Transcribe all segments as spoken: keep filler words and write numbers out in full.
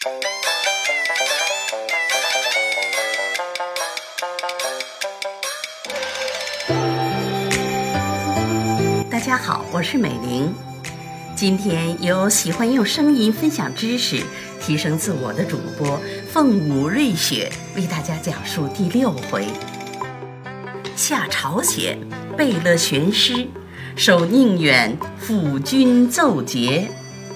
大家好，我是美玲。今天由喜欢用声音分享知识、提升自我的主播凤舞瑞雪为大家讲述第六回：下朝鲜，贝勒悬师，守宁远，辅军奏捷。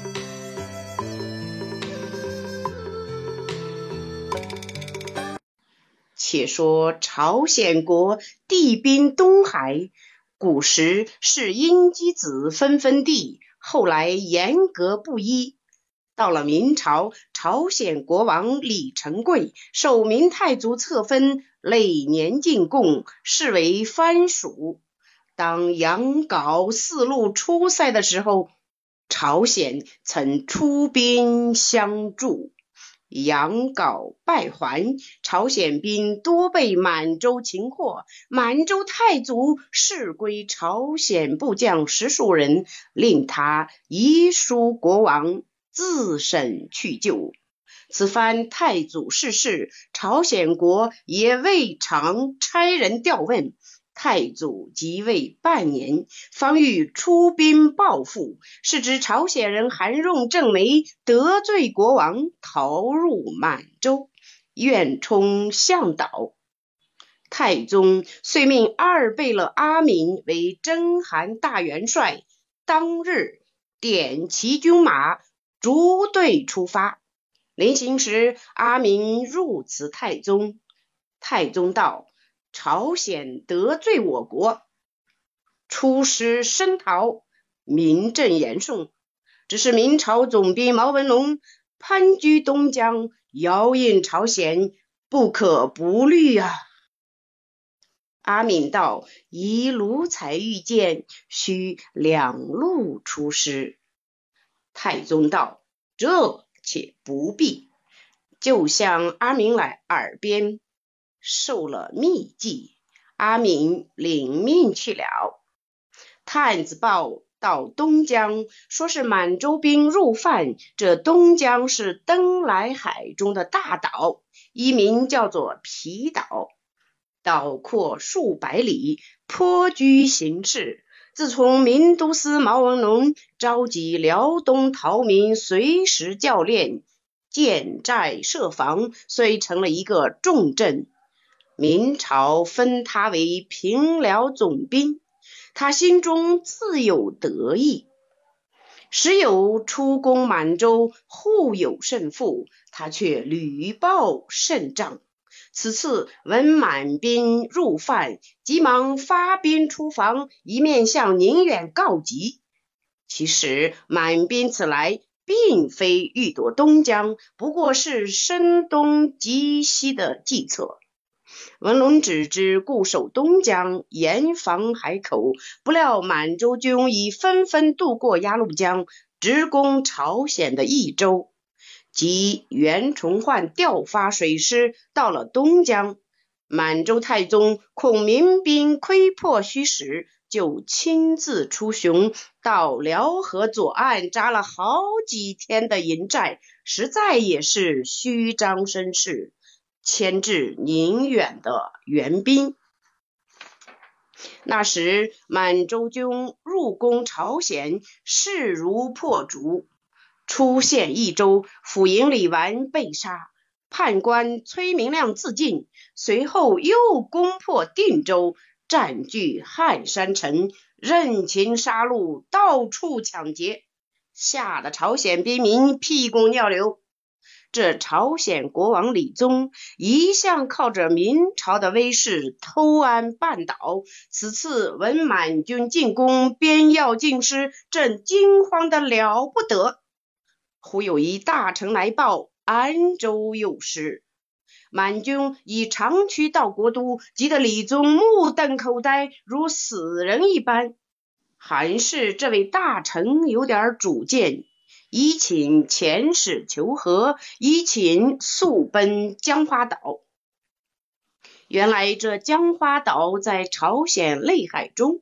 且说朝鲜国地滨东海，古时是阴姬子纷纷地，后来严格不一。到了明朝，朝鲜国王李成桂受明太祖册封累年进贡，视为藩属。当杨镐四路出塞的时候，朝鲜曾出兵相助。杨镐败还，朝鲜兵多被满洲擒获，满洲太祖事归朝鲜部将十数人，令他遗书国王，自审去救。此番太祖逝世，朝鲜国也未尝差人调问。太祖即位半年，方欲出兵报复，是知朝鲜人韩荣、郑梅得罪国王，逃入满洲，愿冲向导。太宗遂命二贝勒阿敏为征韩大元帅，当日点骑军马，逐队出发。临行时，阿敏入辞太宗。太宗道：朝鲜得罪我国，出师声讨，名正言顺。只是明朝总兵毛文龙攀居东江，遥引朝鲜，不可不虑啊。阿敏道：以奴才遇见，须两路出师。太宗道：这且不必。就向阿敏来耳边受了密计，阿敏领命去了。探子报到东江，说是满洲兵入犯，这东江是登莱海中的大岛，一名叫做皮岛，岛阔数百里，颇居形势。自从明都司毛文龙召集辽东逃民随时教练，建寨设防，虽成了一个重镇。明朝封他为平辽总兵，他心中自有得意。时有出攻满洲，互有胜负，他却屡报胜仗。此次闻满兵入犯，急忙发兵出防，一面向宁远告急。其实满兵此来并非欲夺东江，不过是声东击西的计策。文龙只知固守东江，严防海口，不料满洲军已纷纷渡过鸭绿江，直攻朝鲜的益州。即袁崇焕调发水师到了东江，满洲太宗恐民兵窥破虚实，就亲自出熊，到辽河左岸扎了好几天的营寨，实在也是虚张声势，牵制宁远的援兵。那时满洲军入攻朝鲜，势如破竹，出现益州，府营李纨被杀，判官崔明亮自尽，随后又攻破定州，占据汉山城，任情杀戮，到处抢劫，吓得朝鲜兵民屁滚尿流。这朝鲜国王李宗一向靠着明朝的威势偷安半岛，此次闻满军进攻，边要尽失，正惊慌得了不得。忽有一大臣来报，安州有失。满军以长驱到国都，急得李宗目瞪口呆，如死人一般。韩氏这位大臣有点主见，一请遣使求和，一请速奔江花岛。原来这江花岛在朝鲜内海中，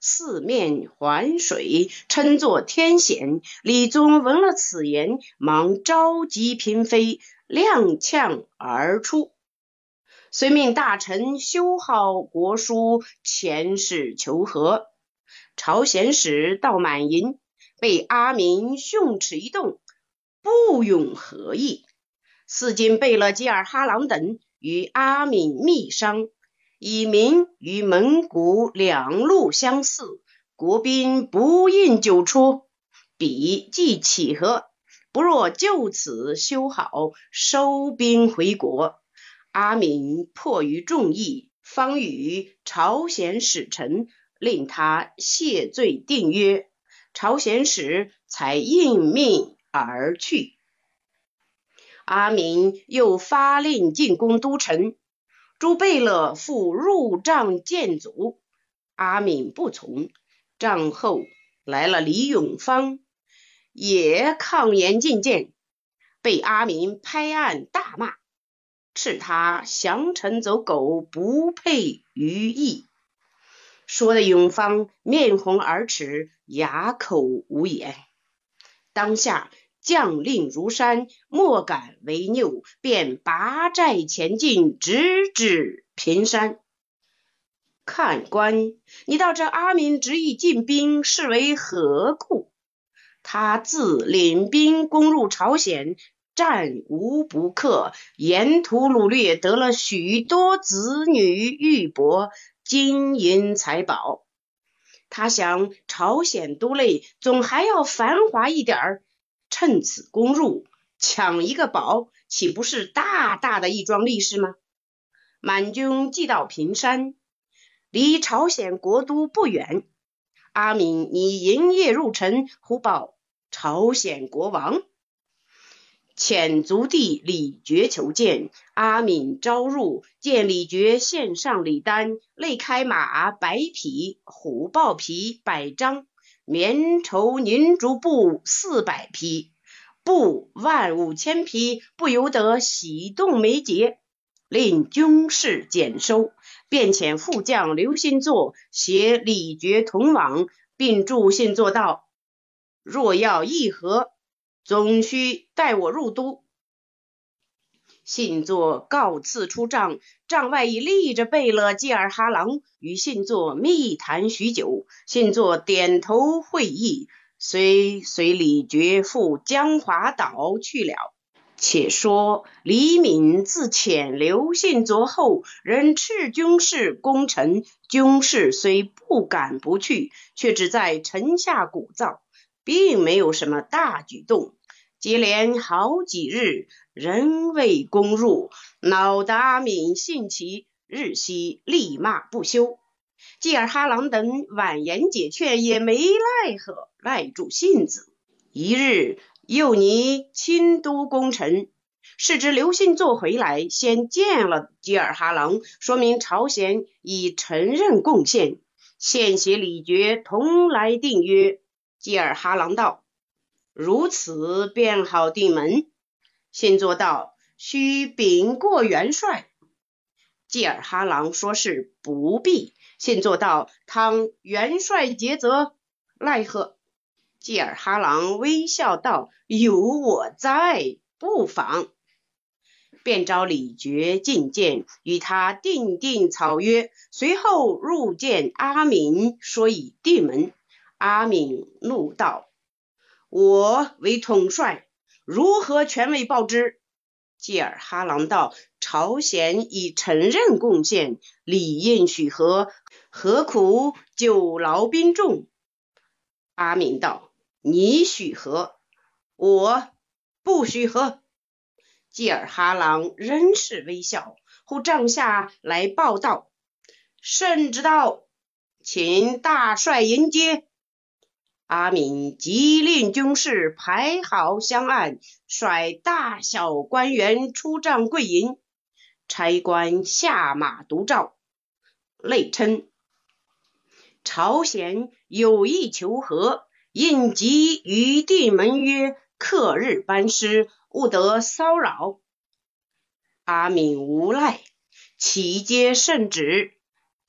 四面环水，称作天险。李宗闻了此言，忙召集嫔妃，踉跄而出。遂命大臣修好国书，前使求和。朝鲜使到满营，被阿敏训斥一动，不允和议。四金贝勒济尔哈朗等与阿敏密商，以明与蒙古两路相似，国宾不应久出，彼既起和，不若就此修好，收兵回国。阿敏迫于众议，方与朝鲜使臣，令他谢罪定约。朝鲜使才应命而去。阿敏又发令进攻都城，诸贝勒复入帐见阻，阿敏不从。帐后来了李永芳，也抗言进谏，被阿敏拍案大骂，斥他降臣走狗，不配于义。说的永芳面红耳赤，哑口无言。当下将令如山，莫敢违拗，便拔寨前进，直指平山。看官，你道这阿敏执意进兵，是为何故？他自领兵攻入朝鲜，战无不克，沿途掳掠，得了许多子女玉帛、金银财宝。他想朝鲜都内总还要繁华一点儿，趁此攻入，抢一个宝，岂不是大大的一桩利事吗？满军既到平山，离朝鲜国都不远，阿敏你营夜入城，忽报朝鲜国王。遣族弟李傕求见，阿敏招入，见李傕献上礼单，内开马百匹，虎豹皮百张，绵绸凝竹布四百匹，布万五千匹，不由得喜动眉节，令军士检收，便遣副将刘信作携李傕同往，并祝信作道：若要议和，总须带我入都。信作告辞出帐，帐外已立着贝勒济尔哈朗，与信作密谈许久。信作点头会意，虽随李傕赴江华岛去了。且说李敏自遣刘信作后，仍斥军士攻城，军士虽不敢不去，却只在城下鼓噪，并没有什么大举动。接连好几日仍未攻入，恼得阿敏兴起，日夕厉骂不休。济尔哈朗等婉言解劝，也没奈何，赖住性子。一日又拟清都攻城，是知刘信作回来，先见了济尔哈朗，说明朝鲜已承认贡献，现携李傕同来定约。济尔哈朗道：如此便好定门。信作道：须禀过元帅。济尔哈朗说是不必。信作道：倘元帅抉择，奈何？济尔哈朗微笑道：有我在，不妨。便召李傕觐见，与他订定草约，随后入见阿敏，说已定门。阿敏怒道：我为统帅，如何权位报之？济尔哈朗道：朝鲜已承认贡献，理应许和，何苦久劳兵众？阿敏道：你许和，我不许和。济尔哈朗仍是微笑，忽帐下来报道：圣旨到，请大帅迎接。阿敏即令军士排好香案，率大小官员出帐跪迎，差官下马读诏，内称朝鲜有意求和，应即于定门约，刻日班师，勿得骚扰。阿敏无赖，启接圣旨，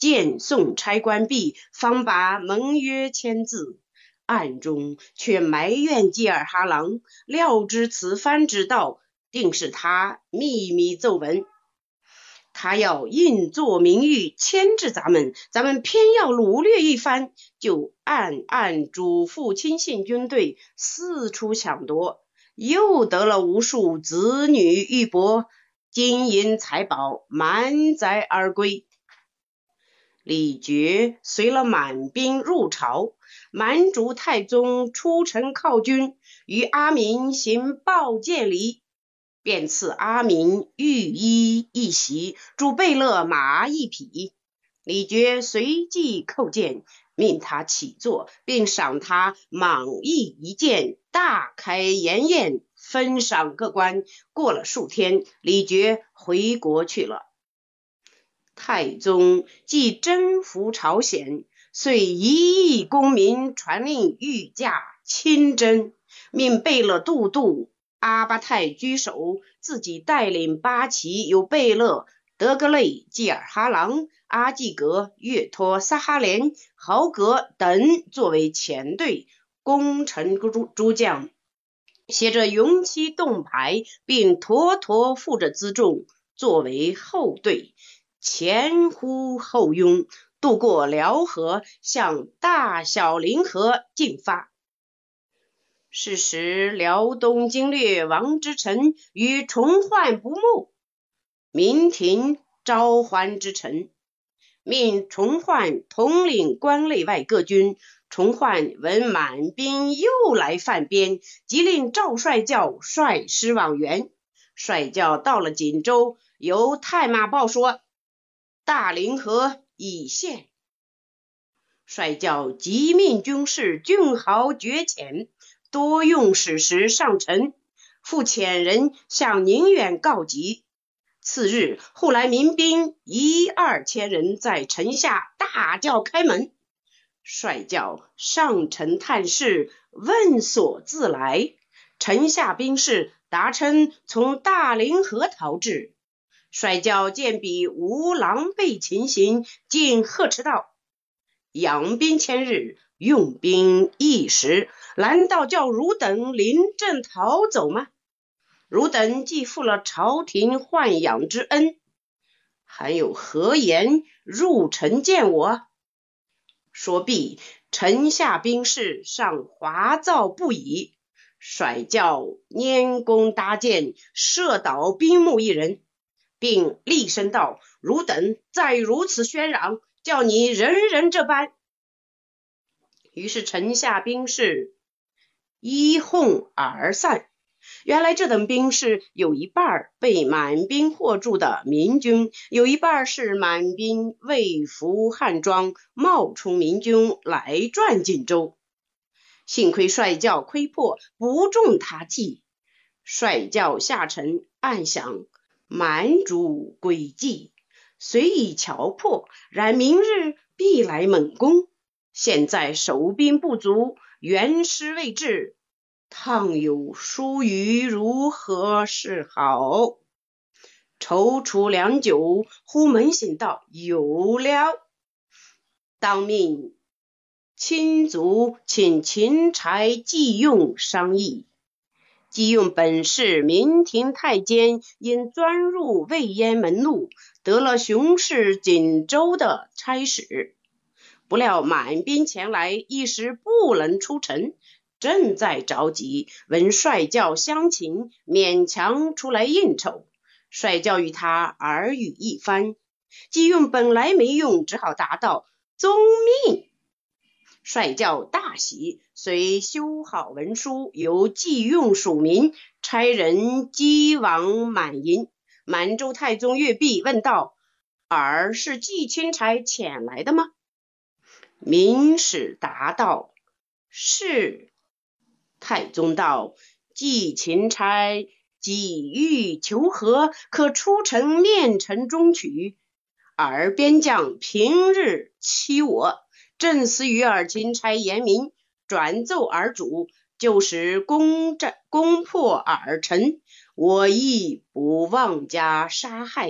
见送差官毕，方把盟约签字，暗中却埋怨济尔哈朗，料知此番之道定是他秘密奏闻，他要硬做名誉牵制咱们，咱们偏要掳掠一番，就暗暗嘱咐亲信军队四处抢夺，又得了无数子女玉帛，金银财宝满载而归。李傕随了满兵入朝，满主太宗出城犒军，与阿敏行报见礼，便赐阿敏御衣一袭，主贝勒马一匹。李傕随即叩见，命他起坐，并赏他蟒翼一件，大开筵宴，分赏各官。过了数天，李傕回国去了。太宗既征服朝鲜，遂一亿公民传令御驾亲征，命贝勒都督阿巴泰居首，自己带领八旗，由贝勒德格类、济尔哈朗、阿济格、岳托、撒哈连、豪格等作为前队，攻城诸诸将携着勇旗盾牌，并妥妥负着辎重作为后队，前呼后拥，渡过辽河，向大小凌河进发。是时辽东经略王之臣与崇焕不睦，明廷召还之臣，命崇焕统领关内外各军。崇焕闻满兵又来犯边，即令赵帅教率师往援。帅教到了锦州，由太马报说大凌河已陷。帅教即命军士俊豪绝遣，多用使时上陈，复遣人向宁远告急。次日，后来民兵一二千人在城下大叫开门，帅教上城探视，问所自来。城下兵士答称从大凌河逃至。帅教见彼无狼狈情形，竟呵斥道：养兵千日，用兵一时，难道叫汝等临阵逃走吗？汝等既负了朝廷豢养之恩，还有何言入城见我？说毕，城下兵士尚哗噪不已。帅教拈弓搭箭，射倒兵目一人，并厉声道：汝等再如此喧嚷，叫你人人这般。于是城下兵士一哄而散。原来这等兵士有一半被满兵获助的民军，有一半是满兵未服汉装，冒充民军来转锦州。幸亏帅教窥破，不中他计。帅教下城暗想满主诡计，虽已瞧破，然明日必来猛攻。现在守兵不足，援师未至，倘有疏虞，如何是好？踌躇良久，忽门醒道：有了！当命亲族请秦柴季用商议。季用本是明廷太监，因钻入魏燕门路，得了熊氏锦州的差使。不料满兵前来，一时不能出城，正在着急，闻帅教相请，勉强出来应酬。帅教与他耳语一番，季用本来没用，只好答道：遵命。帅教大喜，遂修好文书，由季用署名，差人击往满营。满洲太宗阅毕，问道：尔是季钦差遣来的吗？明使答道：是。太宗道：季钦差己欲求和，可出城面陈中取，尔边将平日欺我，正思与尔钦差言明，转奏尔主，就使攻战攻破尔城，我亦不妄加杀害，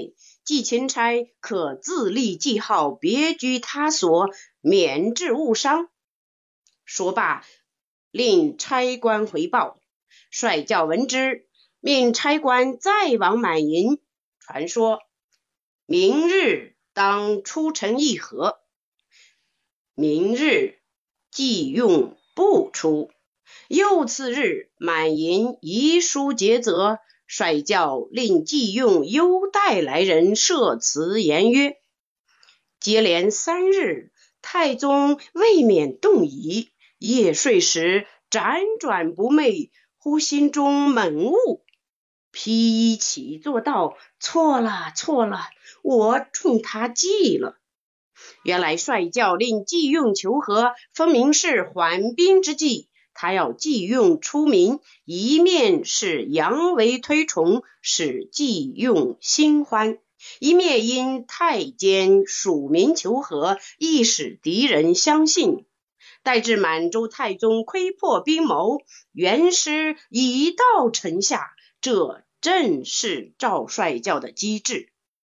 寄钦差可自立记号，别居他所，免致误伤。说罢，令差官回报。帅教闻之，命差官再往满营传说，明日当出城议和。明日既用不出，又次日满营遗书结责，帅教令季用优待来人设辞言曰：接连三日，太宗未免动疑，夜睡时辗转不寐，忽心中猛悟，披衣起坐道：错了错了，我冲他计了。原来帅教令季用求和，分明是缓兵之计。他要季用出名，一面是扬为推崇，使季用心欢；一面因太监属民求和，亦使敌人相信。待至满洲太宗窥破兵谋，元师已到城下，这正是赵帅教的机智。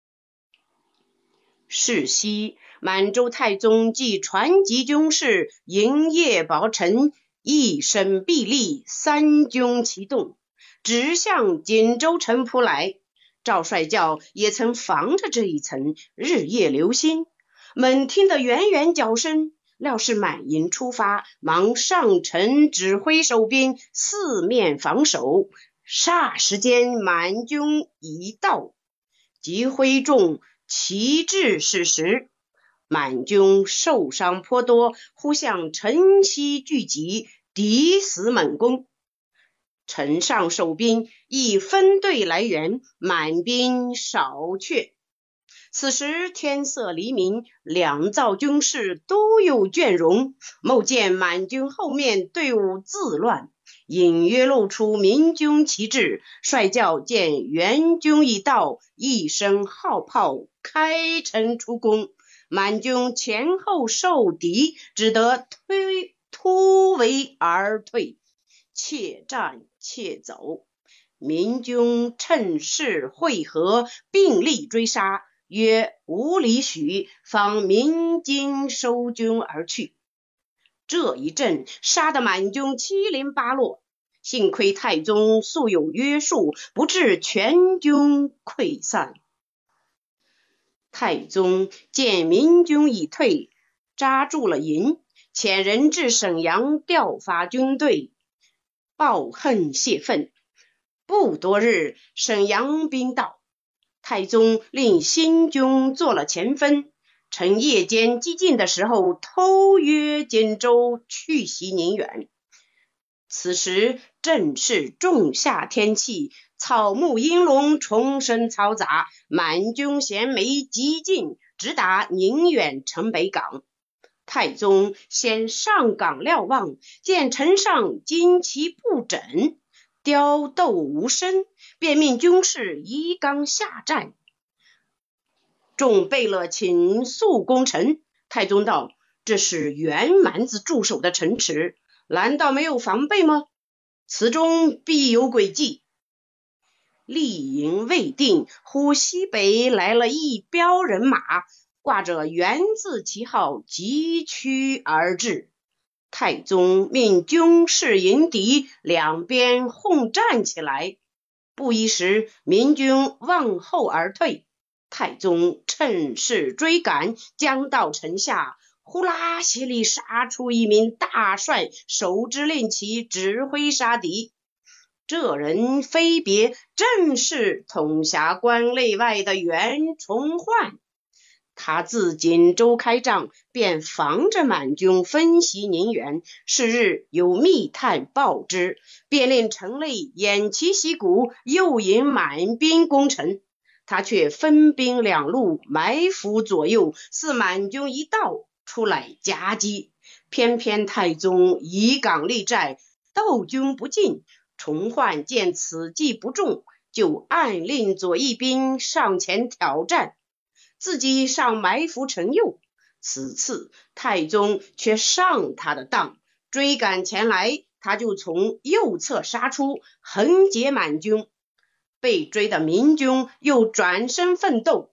是夕，满洲太宗即传集军士，营夜保城，一身臂力，三军齐动，直向锦州城扑来。赵帅教也曾防着这一层，日夜留心。猛听得远远脚声，料是满营出发，忙上城指挥守兵四面防守。霎时间，满军已到，即挥众旗至是时，满军受伤颇多，忽向城西聚集，敌死猛攻。城上守兵亦分队来援，满兵少却。此时天色黎明，两造军士都有倦容，某见满军后面队伍自乱，隐约露出明军旗帜。帅教见援军已到，一声号炮，开城出攻。满军前后受敌，只得推突围而退，且战且走。明军趁势会合，并力追杀，约五里许，方鸣金收军而去。这一阵杀得满军七零八落，幸亏太宗素有约束，不致全军溃散。太宗见明军已退，扎住了营，遣人至沈阳调发军队，报恨泄愤。不多日，沈阳兵到，太宗令新军做了前锋，趁夜间激进的时候偷约锦州，去袭宁远。此时正是仲夏天气，草木阴龙，虫声嘈杂，满军衔枚急进，直达宁远城北港。太宗先上港瞭望，见城上旌旗不整，雕斗无声，便命军士移岗下战。众备了请速攻城。太宗道：这是袁蛮子驻守的城池，难道没有防备吗？此中必有诡计。立营未定，忽西北来了一彪人马，挂着袁字旗号，急趋而至。太宗命军士迎敌，两边混战起来。不一时，明军往后而退。太宗趁势追赶，将到城下，呼啦协里杀出一名大帅，手执令旗，指挥杀敌。这人非别，正是统辖关内外的袁崇焕。他自锦州开仗，便防着满军分袭宁远。是日有密探报之，便令城内偃旗息鼓，诱引满兵攻城。他却分兵两路，埋伏左右，似满军一到，出来夹击。偏偏太宗以岗立寨，斗军不进。崇焕见此计不中，就暗令左翼兵上前挑战，自己上埋伏城右。此次太宗却上他的当，追赶前来，他就从右侧杀出，横截满军。被追的明军又转身奋斗，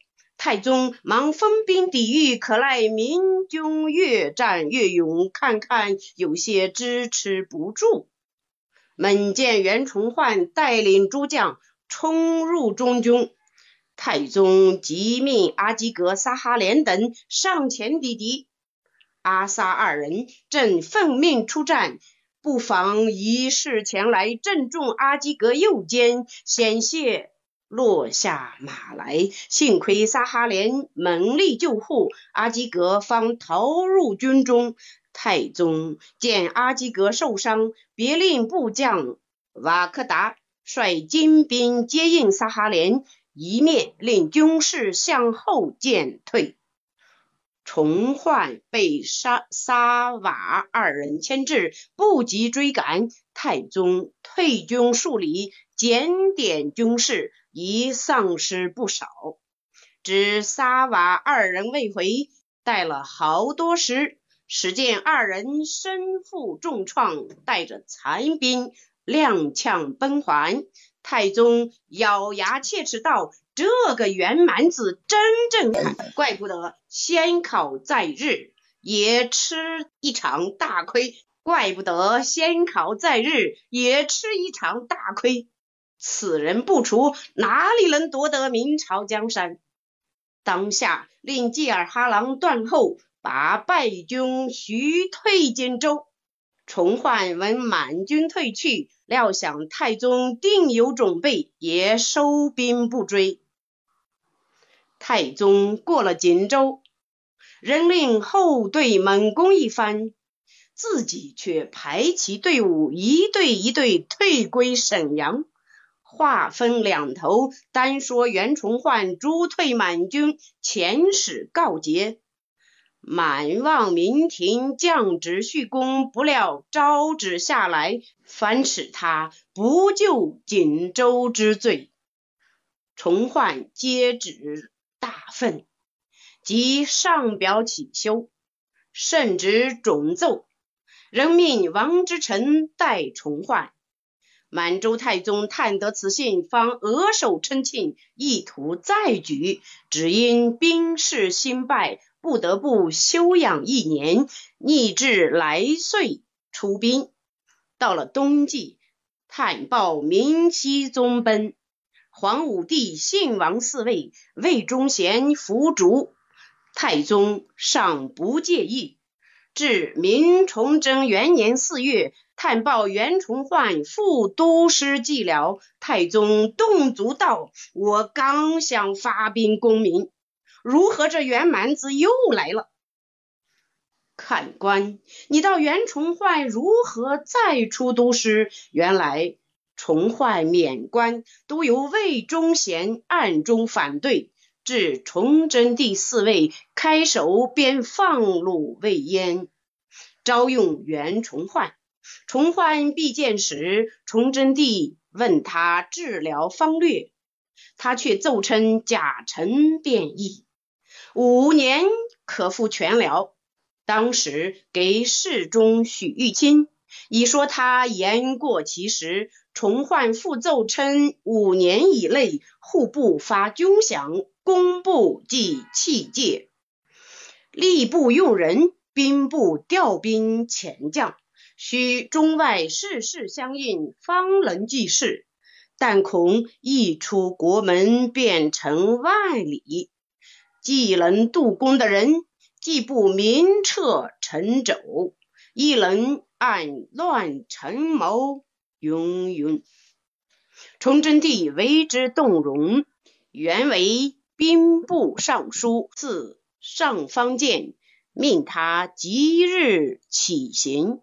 太宗忙分兵抵御，可赖明军越战越勇，看看有些支持不住。猛见袁崇焕带领诸将冲入中军，太宗即命阿济格、撒哈连等上前抵敌。阿撒二人正奉命出战，不妨一势前来，正中阿济格右肩，险些落下马来。幸亏撒哈连猛力救护，阿济格方逃入军中。太宗见阿济格受伤，别令部将瓦克达率精兵接应撒哈连，一面令军士向后渐退。崇焕被沙沙瓦二人牵制，不及追赶。太宗退军数里，检点军士，已丧失不少。知沙瓦二人未回，带了好多时，始见二人身负重创，带着残兵踉跄奔还。太宗咬牙切齿道：这个袁蛮子真正看，怪不得先考在日也吃一场大亏，怪不得先考在日也吃一场大亏。此人不除，哪里能夺得明朝江山？当下令济尔哈朗断后，把败军徐退荆州。崇焕闻满军退去，料想太宗定有准备，也收兵不追。太宗过了锦州，仍令后队猛攻一番，自己却排起队伍，一队一队退归沈阳。话分两头，单说袁崇焕诛退满军，遣使告捷。满望明廷降旨续功，不料诏旨下来，反使他不就锦州之罪。崇焕接旨大愤，即上表乞修，圣旨准奏，仍命王之臣代崇焕。满洲太宗探得此信，方额手称庆，意图再举，只因兵势兴败，不得不休养一年，逆至来岁出兵。到了冬季，探报明熹宗奔，皇武帝信王嗣位，魏忠贤伏逐。太宗尚不介意，至明崇祯元年四月，探报袁崇焕副都师寂寥，太宗动足道：我刚想发兵攻明，如何这袁蛮子又来了？看官，你道袁崇焕如何再出都师？原来崇焕免官，都由魏忠贤暗中反对，至崇祯帝嗣位，开首便放入魏燕，招用袁崇焕。崇焕必见时，崇祯帝问他治疗方略，他却奏称甲辰变异，五年可复全疗。当时给侍中许玉清，已说他言过其实。崇焕复奏称五年以内，户部发军饷，工部即弃戒，吏部用人，兵部调兵遣将，须中外事事相应，方能济事。但恐一出国门，便成万里，既能度公的人，既不明彻陈肘，亦能按乱陈谋，云云。崇祯帝为之动容，原为兵部尚书，赐上方剑，命他即日起行。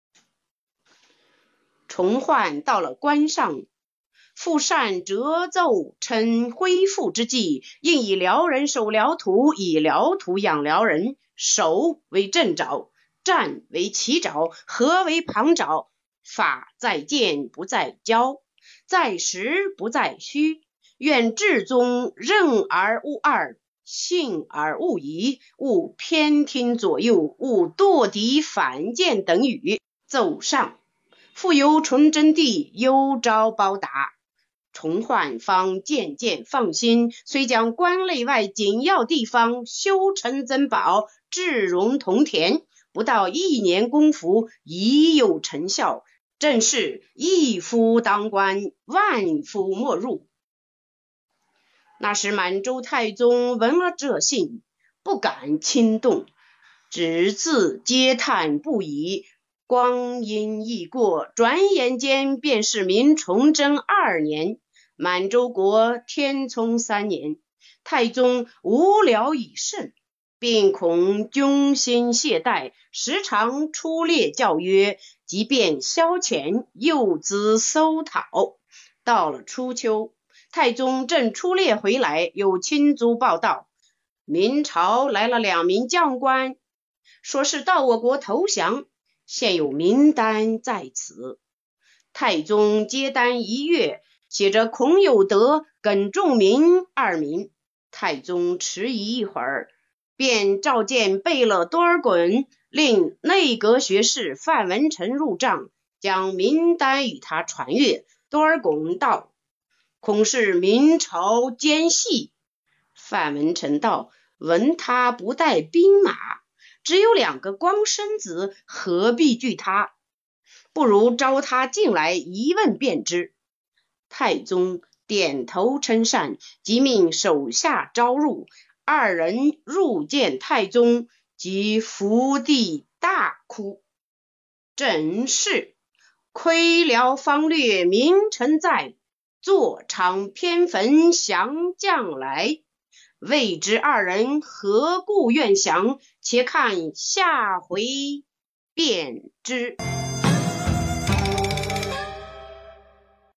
崇焕到了关上，复善折奏称恢复之际，应以辽人守辽土，以辽土养辽人，守为正爪，战为旗爪，和为旁爪。法在剑不在交，在实不在虚。愿至宗任而勿二，信而勿疑，勿偏听左右，勿堕敌反间等语。奏上，复由崇祯帝幽诏包达。 崇焕方渐渐放心，遂将关内外紧要地方修陈增保，治容同田，不到一年功夫已有成效，正是一夫当关，万夫莫入。那时满洲太宗闻了这信，不敢轻动，只自嗟叹不已。光阴易过，转眼间便是明崇祯二年，满洲国天聪三年。太宗无聊已甚，并恐军心懈怠，时常出列教约，即便消遣，诱资搜讨。到了初秋，太宗正出列回来，有亲族报道，明朝来了两名将官，说是到我国投降，现有名单在此。太宗接单一阅，写着孔有德、耿仲明二名。太宗迟疑一会儿，便召见贝勒多尔衮，令内阁学士范文成入帐，将名单与他传阅。多尔衮道：恐是明朝奸细。范文成道：闻他不带兵马，只有两个光身子，何必惧他？不如招他进来一问便知。太宗点头称善，即命手下招入。二人入见太宗，即伏地大哭。正是窥辽方略名臣在，坐场偏焚降将来。未知二人何故愿降，且看下回便知。